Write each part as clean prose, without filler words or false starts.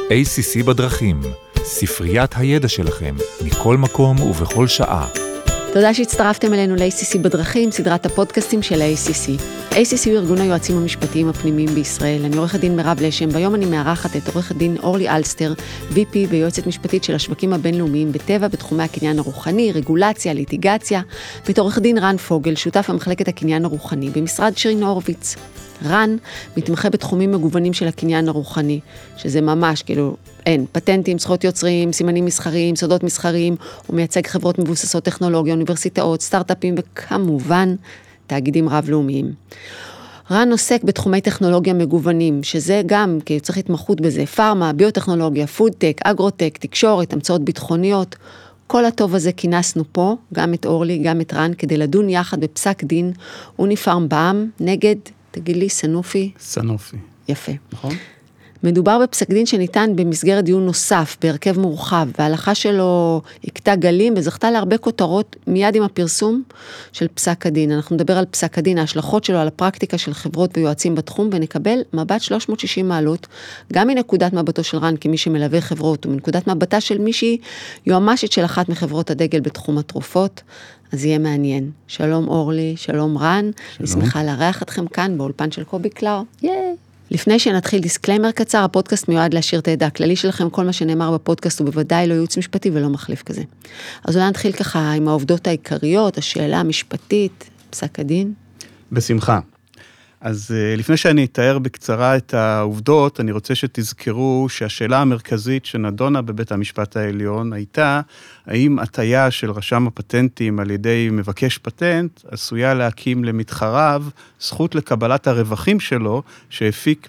ACC בדרכים, ספריית הידע שלכם, מכל מקום ובכל שעה. תודה שהצטרפתם אלינו ל-ACC בדרכים, סדרת הפודקאסטים של ה-ACC. ACC הוא ארגון היועצים המשפטיים הפנימיים בישראל. אני עורכת דין מירב לשם, והיום אני מארחת את עורכת דין אורלי אלסטר, VP ויועצת משפטית של השווקים הבינלאומיים בטבע בתחומי הקניין הרוחני, רגולציה, ליטיגציה, ואת עורך דין רן פוגל, שותף במחלקת הקניין הרוחני במשרד שירין הורוביץ. רן מתמחה בתחומים מגוונים של הקניין הרוחני, שזה ממש אין, פטנטים, זכויות יוצרים, סימנים מסחריים, סודות מסחריים, הוא מייצג חברות מבוססות טכנולוגיה, אוניברסיטאות, סטארט-אפים וכמובן תאגידים רב-לאומיים. רן עוסק בתחומי טכנולוגיה מגוונים, שזה גם, כי צריך התמחות בזה, פארמה, ביוטכנולוגיה, פודטק, אגרוטק, תקשורת, המצאות ביטחוניות. כל הטוב הזה כינסנו פה, גם את אורלי, גם את רן, כדי לדון יחד בפסק דין אוניפארם בע"מ נגד, תגיד לי, סנופי? סנופי. יפה. נכון? מדובר בפסק דין שניתן במסגרת דיון נוסף, בהרכב מורחב, וההלכה שלו הכתה גלים וזכתה להרבה כותרות מיד עם הפרסום של פסק הדין. אנחנו נדבר על פסק הדין, ההשלכות שלו על הפרקטיקה של חברות ויועצים בתחום, ונקבל מבט 360 מעלות, גם מנקודת מבטו של רן כמי שמלווה חברות, ומנקודת מבטה של מישהי יועמשת של אחת מחברות הדגל בתחום התרופות. אז יהיה מעניין. שלום אורלי, שלום רן. אני שמחה לארח אתכם כאן באולפן של קובי קלר. לפני שנתחיל דיסקליימר קצר, הפודקאסט מיועד להשאיר את הידע הכללי שלכם, כל מה שנאמר בפודקאסט הוא בוודאי לא ייעוץ משפטי ולא מחליף כזה. אז אולי נתחיל ככה עם העובדות העיקריות, השאלה המשפטית, פסק הדין. בשמחה. אז לפני שאני אתאר בקצרה את העובדות, אני רוצה שתזכרו שהשאלה המרכזית שנדונה בבית המשפט העליון הייתה, האם הטיה של רשם הפטנטים על ידי מבקש פטנט, עשויה להקים למתחריו זכות לקבלת הרווחים שלו, שהפיק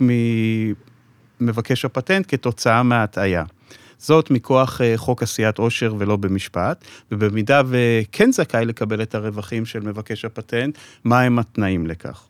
ממבקש הפטנט כתוצאה מההטיה. זאת מכוח חוק עשיית עושר ולא במשפט, ובמידה וכן זכאי לקבל את הרווחים של מבקש הפטנט, מה הם התנאים לכך.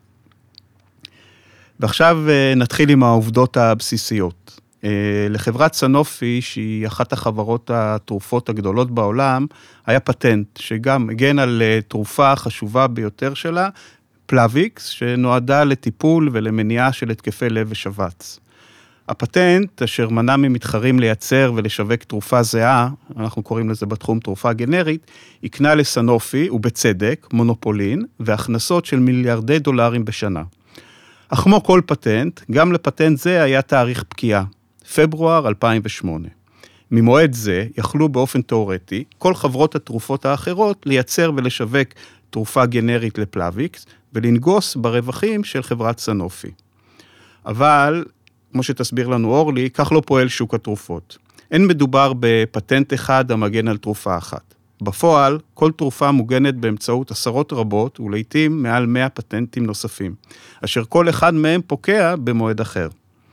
ועכשיו נתחיל עם העובדות הבסיסיות. לחברת סנופי, שהיא אחת החברות התרופות הגדולות בעולם, היה פטנט שגם הגן על תרופה חשובה ביותר שלה, פלאביקס, שנועדה לטיפול ולמניעה של התקפי לב ושבץ. הפטנט, אשר מנע ממתחרים לייצר ולשווק תרופה זהה, אנחנו קוראים לזה בתחום תרופה גנרית, הקנה לסנופי, ובצדק, מונופולין, והכנסות של מיליארדי דולרים בשנה. אך כמו כל פטנט, גם לפטנט זה היה תאריך פקיעה, פברואר 2008. ממועד זה יכלו באופן תיאורטי כל חברות התרופות האחרות לייצר ולשווק תרופה גנרית לפלאביקס, ולנגוס ברווחים של חברת סנופי. אבל, כמו שתסביר לנו אורלי, כך לא פועל שוק התרופות. אין מדובר בפטנט אחד המגן על תרופה אחת. בפועל, כל תרופה מוגנת באמצעות עשרות רבות, ולעיתים מעל 100 פטנטים נוספים, אשר כל אחד מהם פוקע במועד אחר.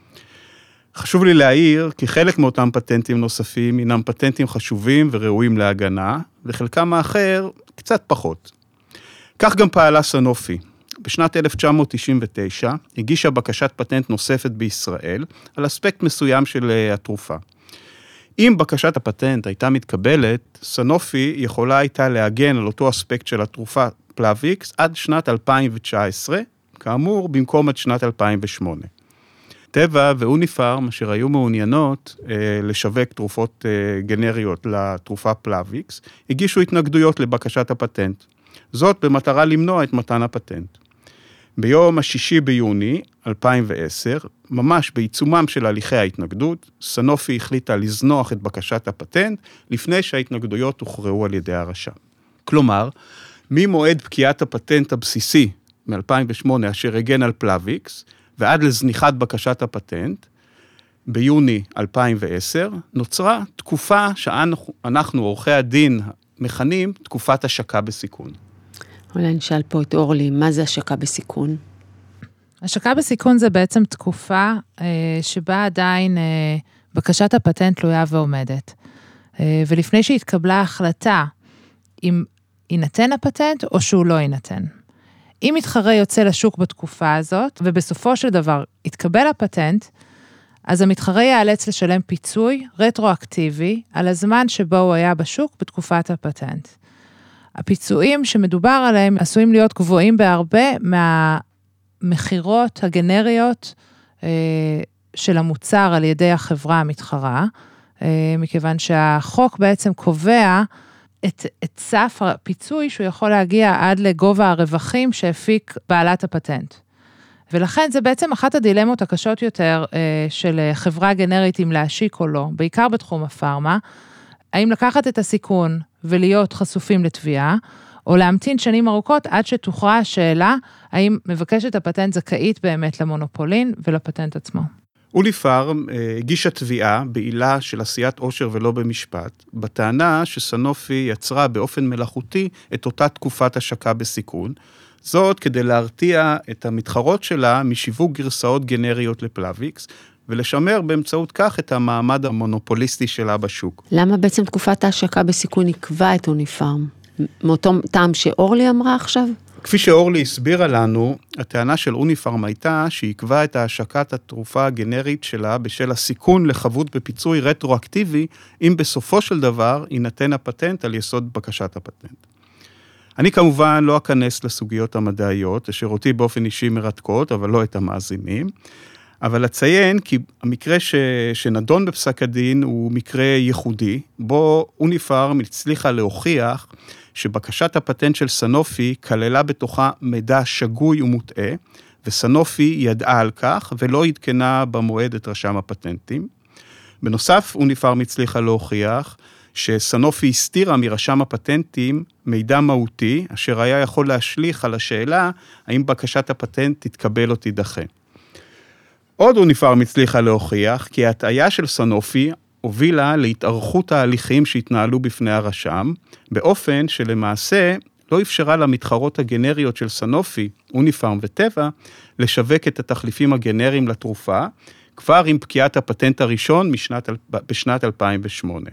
חשוב לי להעיר, כי חלק מאותם פטנטים נוספים, הינם פטנטים חשובים וראויים להגנה, וחלקם האחר קצת פחות. כך גם פעלה סנופי. בשנת 1999, הגישה בקשת פטנט נוספת בישראל, על אספקט מסוים של התרופה. אם בקשת הפטנט הייתה מתקבלת, סנופי יכולה הייתה להגן על אותו אספקט של התרופה פלאביקס עד שנת 2019, כאמור, במקום עד שנת 2008. טבע ואוניפארם, אשר היו מעוניינות לשווק תרופות גנריות לתרופה פלאביקס, הגישו התנגדויות לבקשת הפטנט. זאת במטרה למנוע את מתן הפטנט. ביום ה-6 ביוני 2010, ממש בעיצומם של הליכי ההתנגדות, סנופי החליטה לזנוח את בקשת הפטנט, לפני שההתנגדויות הוכרעו על ידי הרשם. כלומר, ממועד פקיעת הפטנט הבסיסי, מ-2008, אשר הגן על פלאביקס, ועד לזניחת בקשת הפטנט, ביוני 2010, נוצרה תקופה שאנחנו, עורכי הדין, מכנים תקופת השקה בסיכון. אולי נשאל פה את אורלי, מה זה השקה בסיכון? השקה בסיכון זה בעצם תקופה שבה עדיין בקשת הפטנט תלויה ועומדת. ולפני שהתקבלה החלטה אם יינתן הפטנט או שהוא לא יינתן. אם מתחרה יוצא לשוק בתקופה הזאת, ובסופו של דבר יתקבל הפטנט, אז המתחרה ייאלץ לשלם פיצוי רטרואקטיבי על הזמן שבו הוא היה בשוק בתקופת הפטנט. הפיצויים שמדובר עליהם עשויים להיות גבוהים בהרבה מהמחירות הגנריות של המוצר על ידי החברה המתחרה, מכיוון שהחוק בעצם קובע את סף הפיצוי שהוא יכול להגיע עד לגובה הרווחים שהפיק בעלת הפטנט. ולכן זה בעצם אחת הדילמות הקשות יותר של חברה גנרית אם להשיק או לא, בעיקר בתחום הפארמה, האם לקחת את הסיכון ולהיות חשופים לתביעה, או להמתין שנים ארוכות עד שתוכרע השאלה, האם מבקשת הפטנט זכאית באמת למונופולין ולפטנט עצמו. אוניפארם הגישה תביעה בעילה של עשיית עושר ולא במשפט, בטענה שסנופי יצרה באופן מלאכותי את אותה תקופת השקה בסיכון, זאת כדי להרתיע את המתחרות שלה משיווק גרסאות גנריות לפלאביקס, ולשמר באמצעות כך את המעמד המונופוליסטי שלה בשוק. למה בעצם תקופת ההשקה בסיכון נקבע את אוניפארם? מאותו טעם שאורלי אמרה עכשיו? כפי שאורלי הסבירה לנו, הטענה של אוניפארם הייתה שיקבע את ההשקת התרופה הגנרית שלה בשל הסיכון לחבות בפיצוי רטרואקטיבי, אם בסופו של דבר יינתן הפטנט על יסוד בקשת הפטנט. אני כמובן לא אכנס לסוגיות המדעיות, אשר אותי באופן אישי מרתקות, אבל לא את המאזינים, אבל אציין כי המקרה שנדון בפסק הדין הוא מקרה ייחודי, בו אוניפארם הצליחה להוכיח שבקשת הפטנט של סנופי כללה בתוכה מידע שגוי ומוטעה, וסנופי ידעה על כך ולא עדכנה במועד את רשם הפטנטים. בנוסף, אוניפארם הצליחה להוכיח שסנופי הסתירה מרשם הפטנטים מידע מהותי, אשר היה יכול להשליך על השאלה האם בקשת הפטנט תתקבל או תידחה. עוד אוניפארם הצליחה להוכיח כי ההטעיה של סנופי הובילה להתארכות ההליכים שהתנהלו בפני הרשם, באופן שלמעשה לא אפשרה למתחרות הגנריות של סנופי, אוניפארם וטבע, לשווק את התחליפים הגנריים לתרופה, כבר עם פקיעת הפטנט הראשון בשנת 2008.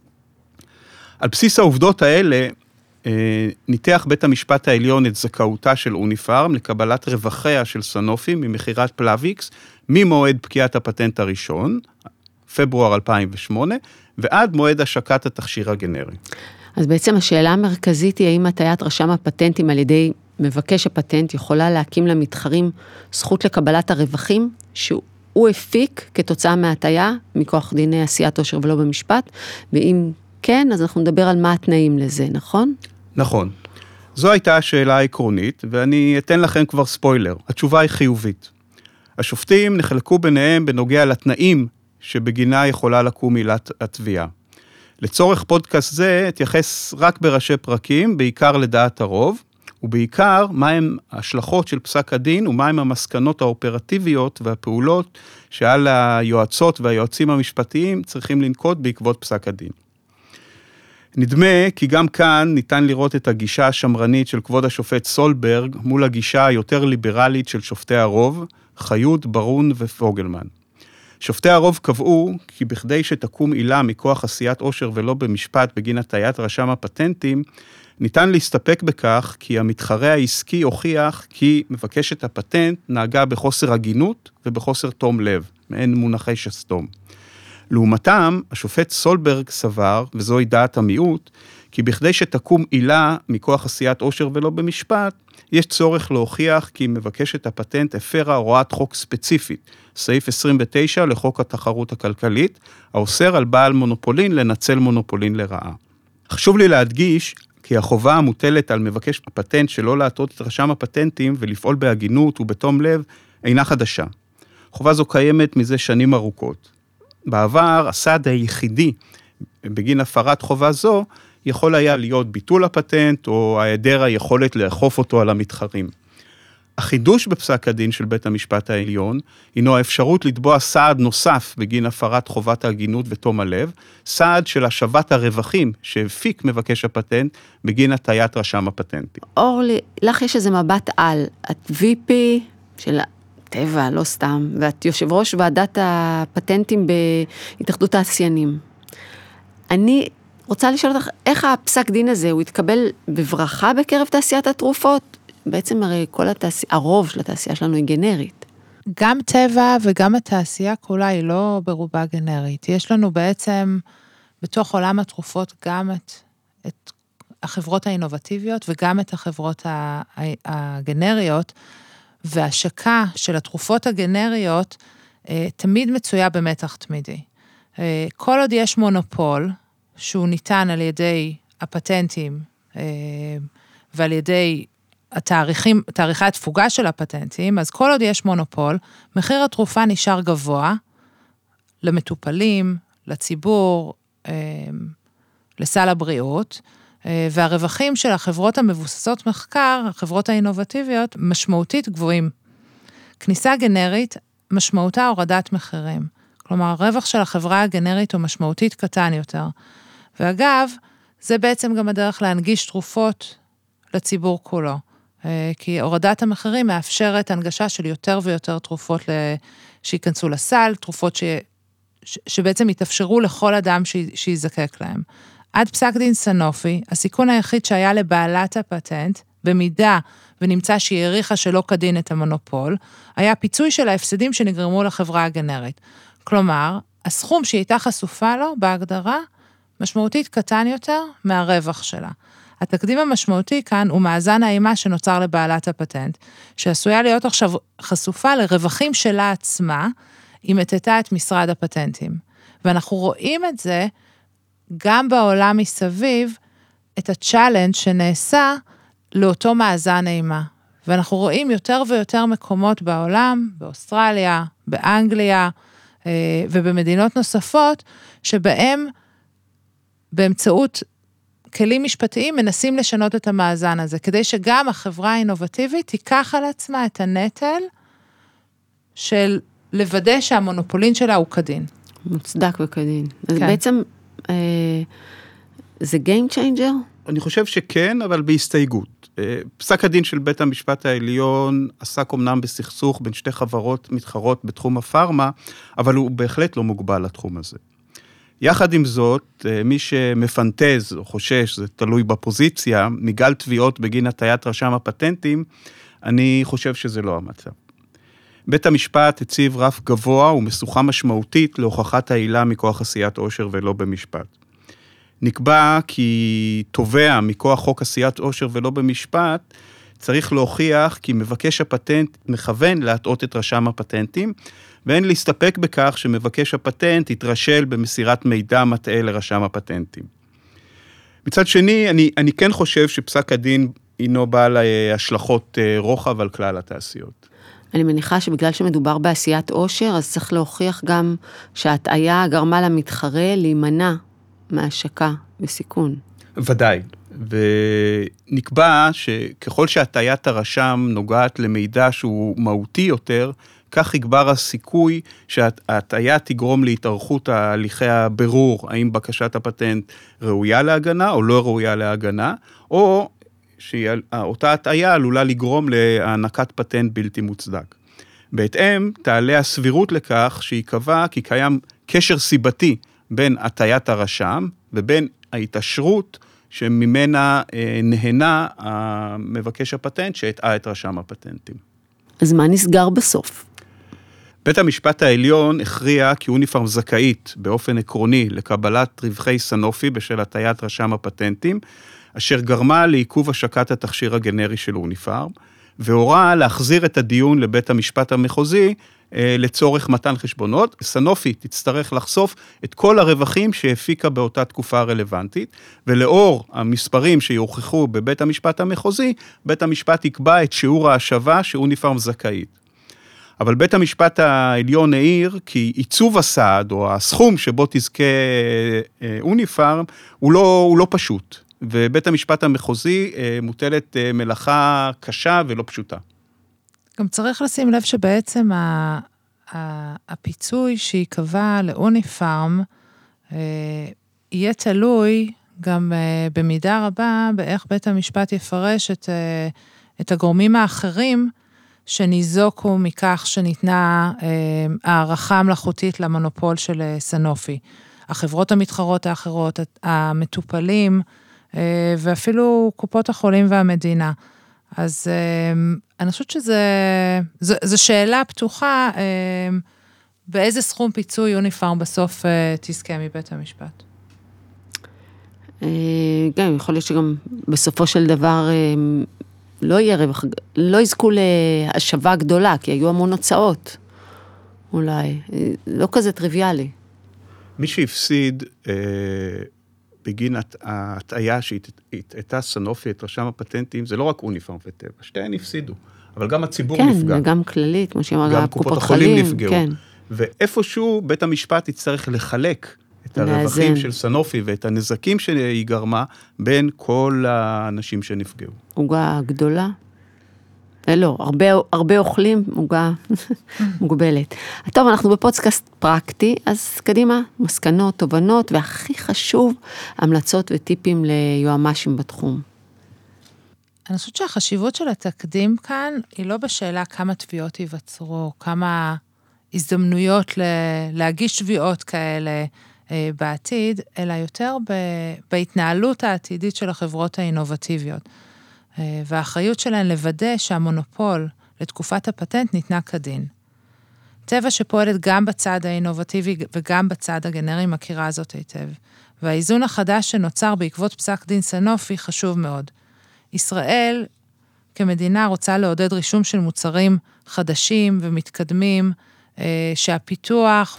על בסיס העובדות האלה, ניתח בית המשפט העליון את זכאותה של אוניפארם לקבלת רווחיה של סנופי ממחירת פלאביקס, ממועד פקיעת הפטנט הראשון, פברואר 2008, ועד מועד השקת התכשיר הגנרי. אז בעצם השאלה המרכזית היא האם הטיית רשם הפטנטים על ידי מבקש הפטנט יכולה להקים למתחרים זכות לקבלת הרווחים שהוא הפיק כתוצאה מהטיה מכוח דיני עשיית עושר ולא במשפט, ואם כן, אז אנחנו נדבר על מה התנאים לזה, נכון? נכון. זו הייתה השאלה העקרונית, ואני אתן לכם כבר ספוילר. התשובה היא חיובית. השופטים נחלקו ביניהם בנוגע לתנאים שבגינה יכולה לקום עילת התביעה. לצורך פודקאסט זה אתייחס רק בראשי פרקים, בעיקר לדעת הרוב, ובעיקר מהם ההשלכות של פסק הדין ומהם המסקנות האופרטיביות והפעולות שעל היועצות והיועצים המשפטיים צריכים לנקוט בעקבות פסק הדין. נדמה כי גם כאן ניתן לראות את הגישה השמרנית של כבוד השופט סולברג מול הגישה היותר ליברלית של שופטי הרוב, חיות, ברון ופוגלמן. שופטי הרוב קבעו כי בכדי שתקום עילה מכוח עשיית עושר ולא במשפט בגין הטיית רשם הפטנטים, ניתן להסתפק בכך כי המתחרה העסקי הוכיח כי מבקשת הפטנט נהגה בחוסר הגינות ובחוסר תום לב, מעין מונחי שסתום. לעומתם, השופט סולברג סבר, וזוהי דעת המיעוט, כי בכדי שתקום עילה מכוח עשיית עושר ולא במשפט, יש צורך להוכיח כי מבקשת הפטנט הפרה הוראת חוק ספציפית, סעיף 29 לחוק התחרות הכלכלית, האוסר על בעל מונופולין לנצל מונופולין לרעה. חשוב לי להדגיש כי החובה המוטלת על מבקש הפטנט שלא להטעות את רשם הפטנטים ולפעול בהגינות ובתום לב אינה חדשה. חובה זו קיימת מזה שנים ארוכות. בעבר, הסעד היחידי בגין הפרת חובה זו, יכול היה להיות ביטול הפטנט, או היעדר היכולת לאכוף אותו על המתחרים. החידוש בפסק הדין של בית המשפט העליון, הינו האפשרות לתבוע סעד נוסף בגין הפרת חובת ההגינות ותום הלב, סעד של השבת הרווחים שהפיק מבקש הפטנט בגין הטיית רשם הפטנטים. אורלי, לך יש איזה מבט על, את VP של טבע, לא סתם, ואת יושב ראש ועדת הפטנטים בהתאחדות התעשיינים. אני רוצה לשאול אותך, איך הפסק דין הזה, הוא התקבל בברכה בקרב תעשיית התרופות? בעצם הרי כל הרוב של התעשייה שלנו היא גנרית. גם טבע וגם התעשייה כולה היא לא ברובה גנרית. יש לנו בעצם בתוך עולם התרופות גם את החברות האינובטיביות וגם את החברות הגנריות, והשקה של התרופות הגנריות תמיד מצויה במתח תמידי. כל עוד יש מונופול, שהוא ניתן על ידי הפטנטים, ועל ידי תאריכי התפוגה של הפטנטים, אז כל עוד יש מונופול, מחיר התרופה נשאר גבוה, למטופלים, לציבור, לסל הבריאות, והרווחים של החברות המבוססות מחקר, החברות האינובטיביות, משמעותית גבוהים. כניסה גנרית, משמעותה הורדת מחירים. כלומר, הרווח של החברה הגנרית הוא משמעותית קטן יותר. ואגב, זה בעצם גם הדרך להנגיש תרופות לציבור כולו. כי הורדת המחירים מאפשרת הנגשה של יותר ויותר תרופות שיכנסו לסל, תרופות שבעצם יתאפשרו לכל אדם שיזקק להם. עד פסק דין סנופי, הסיכון היחיד שהיה לבעלת הפטנט, במידה ונמצא שהיא העריכה שלא כדין את המונופול, היה פיצוי של ההפסדים שנגרמו לחברה הגנרית. כלומר, הסכום שהיא הייתה חשופה לו, בהגדרה, משמעותית קטן יותר מהרווח שלה. התקדים המשמעותי כאן הוא מאזן האימה שנוצר לבעלת הפטנט, שעשויה להיות עכשיו חשופה לרווחים שלה עצמה, היא מטטה את משרד הפטנטים. ואנחנו רואים את זה גם בעולם מסביב, את הצ'אלנג' שנעשה לאותו מאזן אימה. ואנחנו רואים יותר ויותר מקומות בעולם, באוסטרליה, באנגליה, ובמדינות נוספות, שבהם באמצעות כלים משפטיים מנסים לשנות את המאזן הזה, כדי שגם החברה האינובטיבית תיקח על עצמה את הנטל של לוודא שהמונופולין שלה הוא כדין. מוצדק וכדין. אז בעצם זה game changer? אני חושב שכן, אבל בהסתייגות. פסק הדין של בית המשפט העליון עסק אומנם בסכסוך בין שתי חברות מתחרות בתחום הפארמה, אבל הוא בהחלט לא מוגבל לתחום הזה. יחד עם זאת, מי שמפנטז או חושש, זה תלוי בפוזיציה, מגל תביעות בגין הטיית רשם הפטנטים, אני חושב שזה לא המצב. בית המשפט הציב רף גבוה ומשוכה משמעותית להוכחת העילה מכוח עשיית עושר ולא במשפט. נקבע כי תובע מכוח חוק עשיית עושר ולא במשפט, צריך להוכיח כי מבקש הפטנט מכוון להטעות את רשם הפטנטים, ואין להסתפק בכך שמבקש הפטנט יתרשל במסירת מידע מטעה לרשם הפטנטים. מצד שני, אני כן חושב שפסק הדין אינו בעל השלכות רוחב על כלל התעשיות. אני מניחה שבגלל שמדובר בעשיית עושר, אז צריך להוכיח גם שההטעיה גרמה למתחרה להימנע מהשקה וסיכון. ודאי, ונקבע שככל שהטעיית הרשם נוגעת למידע שהוא מהותי יותר, כך יגבר הסיכוי שההטעיה תגרום להתארכות הליכי הבירור, האם בקשת הפטנט ראויה להגנה או לא ראויה להגנה, או שאותה הטעיה עלולה לגרום להענקת פטנט בלתי מוצדק. בהתאם, תעלה הסבירות לכך שיקבע כי קיים קשר סיבתי בין הטעיית הרשם ובין ההתעשרות שממנה נהנה מבקש הפטנט שהטעה את רשם הפטנטים. אז מה נסגר בסוף? בית המשפט העליון הכריע כי אוניפארם זכאית באופן עקרוני לקבלת רווחי סנופי בשל הטעיית רשם הפטנטים, אשר גרמה לעיכוב השקת התכשיר הגנרי של אוניפארם, והורה להחזיר את הדיון לבית המשפט המחוזי לצורך מתן חשבונות. סנופי תצטרך לחשוף את כל הרווחים שהפיקה באותה תקופה הרלוונטית, ולאור המספרים שיוכחו בבית המשפט המחוזי, בית המשפט יקבע את שיעור ההשבה שאוניפארם זכאית. אבל בית המשפט העליון העיר כי עיצוב הסעד או הסכום שבו תזכה אוניפארם הוא לא פשוט. ובית המשפט המחוזי מוטלת מלאכה קשה ולא פשוטה. גם צריך לשים לב שבעצם הפיצוי שיקבע לאוניפארם יהיה תלוי גם במידה רבה באיך בית המשפט יפרש את הגורמים האחרים שניזוקו מכך שניתנה הערכה מלאכותית למונופול של סנופי. החברות המתחרות האחרות, המטופלים, ואפילו קופות החולים והמדינה. אז אני חושבת שזו שאלה פתוחה, באיזה סכום פיצוי אוניפארם בסוף תזכה מבית המשפט? גם, יכול להיות שגם בסופו של דבר לא יהיה רווח, לא יזכו להשבה גדולה, כי היו המון הוצאות. אולי. לא כזה טריוויאלי. מי שהפסיד בגין ההטעיה שהייתה סנופי את רשם הפטנטים, זה לא רק אוניפארם וטבע, שתיהן הפסידו, אבל גם הציבור נפגע. כן, וגם כללית, כמו שאמר, גם קופות החולים נפגעו. כן. ואיפשהו בית המשפט יצטרך לחלק את הרווחים של סנופי ואת הנזקים שהיא גרמה בין כל האנשים שנפגעו. עוגה גדולה? לא, הרבה אוכלים, עוגה מוגבלת. טוב, אנחנו בפודקאסט פרקטי, אז קדימה, מסקנות, תובנות, והכי חשוב, המלצות וטיפים ליועמ"שים בתחום. אני חושבת שהחשיבות של התקדים כאן, היא לא בשאלה כמה תביעות ייווצרו, כמה הזדמנויות להגיש תביעות כאלה בעתיד, אלא יותר בהתנהלות העתידית של החברות האינובטיביות. והאחריות שלהן לוודא שהמונופול לתקופת הפטנט ניתנה כדין. טבע שפועלת גם בצד האינובטיבי וגם בצד הגנרי מכירה זאת היטב. והאיזון החדש שנוצר בעקבות פסק דין סנופי חשוב מאוד. ישראל כמדינה רוצה לעודד רישום של מוצרים חדשים ומתקדמים, שהפיתוח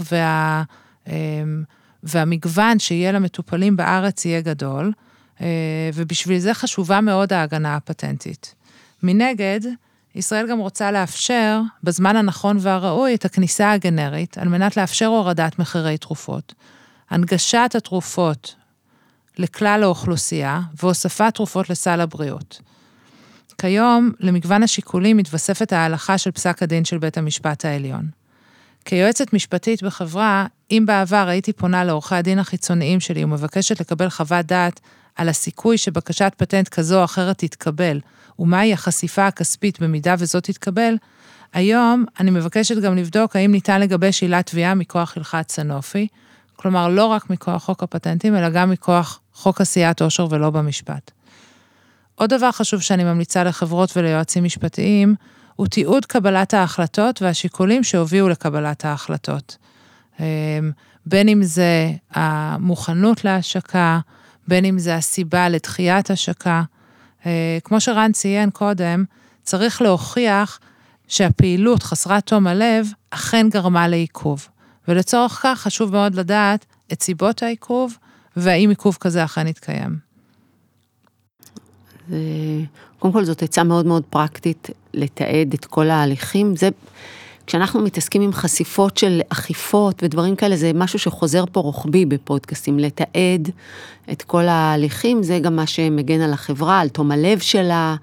והמגוון שיהיה למטופלים בארץ יהיה גדול, ובשביל זה חשובה מאוד ההגנה הפטנטית. מנגד, ישראל גם רוצה לאפשר, בזמן הנכון והראוי, את הכניסה הגנרית, על מנת לאפשר הורדת מחירי תרופות, הנגשת התרופות לכלל האוכלוסייה, והוספת תרופות לסל הבריאות. כיום, למגוון השיקולים מתווספת ההלכה של פסק הדין של בית המשפט העליון. כיועצת משפטית בחברה, אם בעבר הייתי פונה לעורכי הדין החיצוניים שלי ומבקשת לקבל חוות דעת על הסיכוי שבקשת פטנט כזו או אחרת תתקבל, ומהי החשיפה הכספית במידה וזאת תתקבל, היום אני מבקשת גם לבדוק האם ניתן לגבש עילת תביעה מכוח הלכת סנופי, כלומר לא רק מכוח חוק הפטנטים, אלא גם מכוח חוק עשיית עושר ולא במשפט. עוד דבר חשוב שאני ממליצה לחברות וליועצים משפטיים, הוא תיעוד קבלת ההחלטות והשיקולים שהובילו לקבלת ההחלטות. בין אם זה המוכנות להשקה, בין אם זה הסיבה לדחיית השקה. כמו שרן ציין קודם, צריך להוכיח שהפעילות חסרת תום הלב אכן גרמה לעיכוב. ולצורך כך חשוב מאוד לדעת את סיבות העיכוב, והאם עיכוב כזה אכן יתקיים. קודם כל זאת עצה מאוד מאוד פרקטית לתעד את כל ההליכים. זה, כשאנחנו מתעסקים עם חשיפות של אכיפות ודברים כאלה, זה משהו שחוזר פה רוחבי בפודקאסטים, לתעד את כל ההליכים, זה גם מה שמגן על החברה, על תום הלב שלה,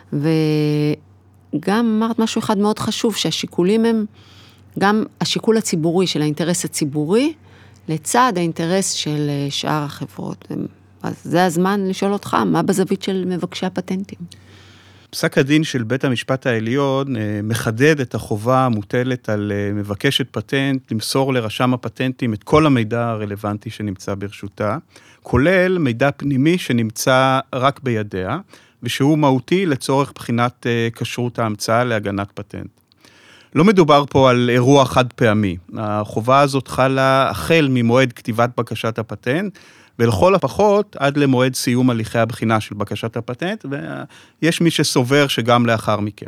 וגם אמרת משהו אחד מאוד חשוב, שהשיקולים הם גם השיקול הציבורי של האינטרס הציבורי, לצד האינטרס של שאר החברות. אז זה הזמן לשאול אותך, מה בזווית של מבקשי הפטנטים? פסק הדין של בית המשפט העליון מחדד את החובה המוטלת על מבקשת פטנט, למסור לרשם הפטנטים את כל המידע הרלוונטי שנמצא ברשותה, כולל מידע פנימי שנמצא רק בידיה, ושהוא מהותי לצורך בחינת כשרות ההמצאה להגנת פטנט. לא מדובר פה על אירוע חד פעמי. החובה הזאת חלה החל ממועד כתיבת בקשת הפטנט, ולכל הפחות עד למועד סיום הליכי הבחינה של בקשת הפטנט, ויש מי שסובר שגם לאחר מכן.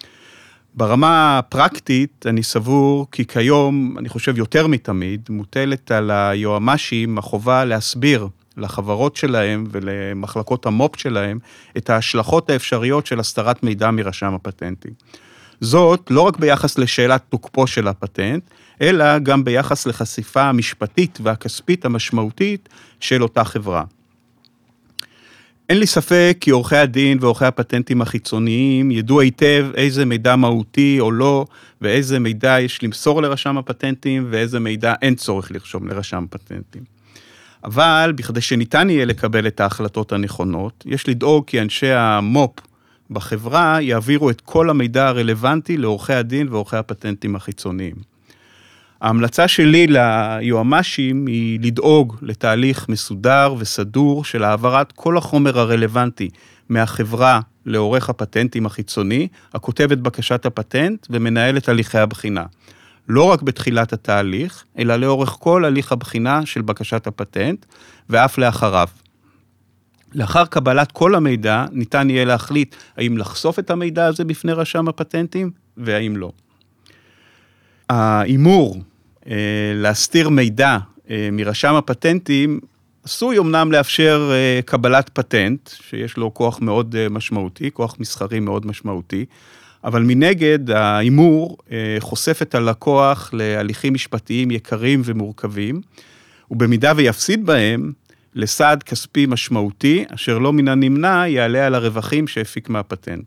ברמה הפרקטית, אני סבור כי כיום, אני חושב יותר מתמיד, מוטלת על היועמ"שים החובה להסביר לחברות שלהם ולמחלקות המו"פ שלהם, את ההשלכות האפשריות של הסתרת מידע מרשם הפטנטים. זאת לא רק ביחס לשאלת תוקפו של הפטנט, אלא גם ביחס לחשיפה המשפטית והכספית המשמעותית של אותה חברה. אין לי ספק כי עורכי הדין ועורכי הפטנטים החיצוניים ידעו היטב איזה מידע מהותי או לא, ואיזה מידע יש למסור לרשם הפטנטים, ואיזה מידע אין צורך לרשום לרשם הפטנטים. אבל בכדי שניתן יהיה לקבל את ההחלטות הנכונות, יש לדאוג כי אנשי המו"פ בחברה יעבירו את כל המידע הרלוונטי לעורכי הדין ועורכי הפטנטים החיצוניים. ההמלצה שלי ליועמ"שים היא לדאוג לתהליך מסודר וסדור של העברת כל החומר הרלוונטי מהחברה לעורך הפטנטים החיצוני, הכותב את בקשת הפטנט ומנהל את הליכי הבחינה. לא רק בתחילת התהליך, אלא לאורך כל הליך הבחינה של בקשת הפטנט, ואף לאחריו. לאחר קבלת כל המידע, ניתן יהיה להחליט האם לחשוף את המידע הזה בפני רשם הפטנטים, והאם לא. האימור, להסתיר מידע מרשם הפטנטים, עשוי אומנם לאפשר קבלת פטנט, שיש לו כוח מאוד משמעותי, כוח מסחרי מאוד משמעותי, אבל מנגד האימור חושף את הלקוח להליכים משפטיים יקרים ומורכבים, ובמידה ויפסיד בהם, לסעד כספי משמעותי, אשר לא מן הנמנע יעלה על הרווחים שהפיק מהפטנט.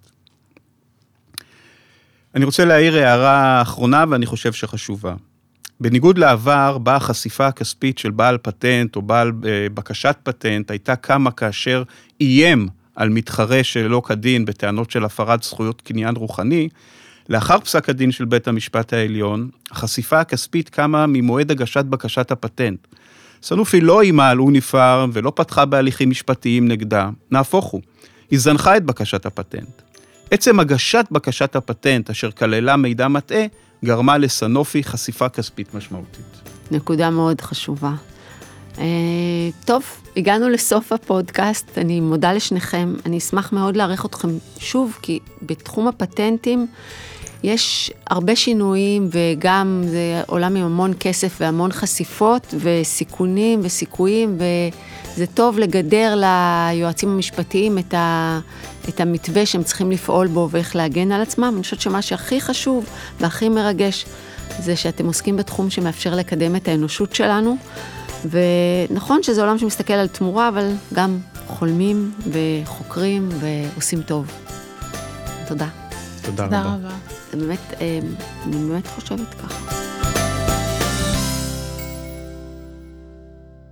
אני רוצה להעיר הערה אחרונה, ואני חושב שחשובה. בניגוד לעבר, בה החשיפה הכספית של בעל פטנט או בעל בקשת פטנט, הייתה קמה כאשר איים על מתחרה שלא כדין בטענות של הפרת זכויות קניין רוחני, לאחר פסק הדין של בית המשפט העליון, החשיפה הכספית קמה ממועד הגשת בקשת הפטנט. סנופי לא אימה על אוניפארם ולא פתחה בהליכים משפטיים נגדה, נהפוך הוא, היא זנחה את בקשת הפטנט. עצם הגשת בקשת הפטנט אשר כללה מידע מטעה, גרמה לסנופי חשיפה כספית משמעותית. נקודה מאוד חשובה. טוב, הגענו לסוף הפודקאסט, אני מודה לשניכם, אני אשמח מאוד להעריך אתכם שוב, כי בתחום הפטנטים יש הרבה שינויים, וגם זה עולם עם המון כסף והמון חשיפות, וסיכונים וסיכויים, וזה טוב לגדר ליועצים המשפטיים את המתווה שהם צריכים לפעול בו ואיך להגן על עצמם. אני חושבת שמה שהכי חשוב והכי מרגש, זה שאתם עוסקים בתחום שמאפשר לקדם את האנושות שלנו, ונכון שזה עולם שמסתכל על תמורה, אבל גם חולמים וחוקרים ועושים טוב. תודה. תודה רבה. אני באמת חושבת ככה.